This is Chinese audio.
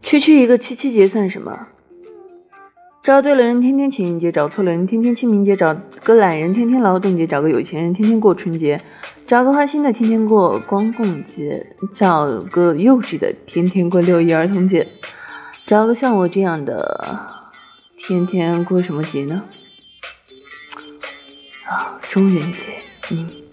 区一个七七节算什么？找对了人天天情人节，找错了人天天清明节，找个懒人天天劳动节，找个有钱人天天过春节，找个花心的天天过光棍节，找个幼稚的天天过6一儿童节，找个像我这样的天天过什么节呢？中元节。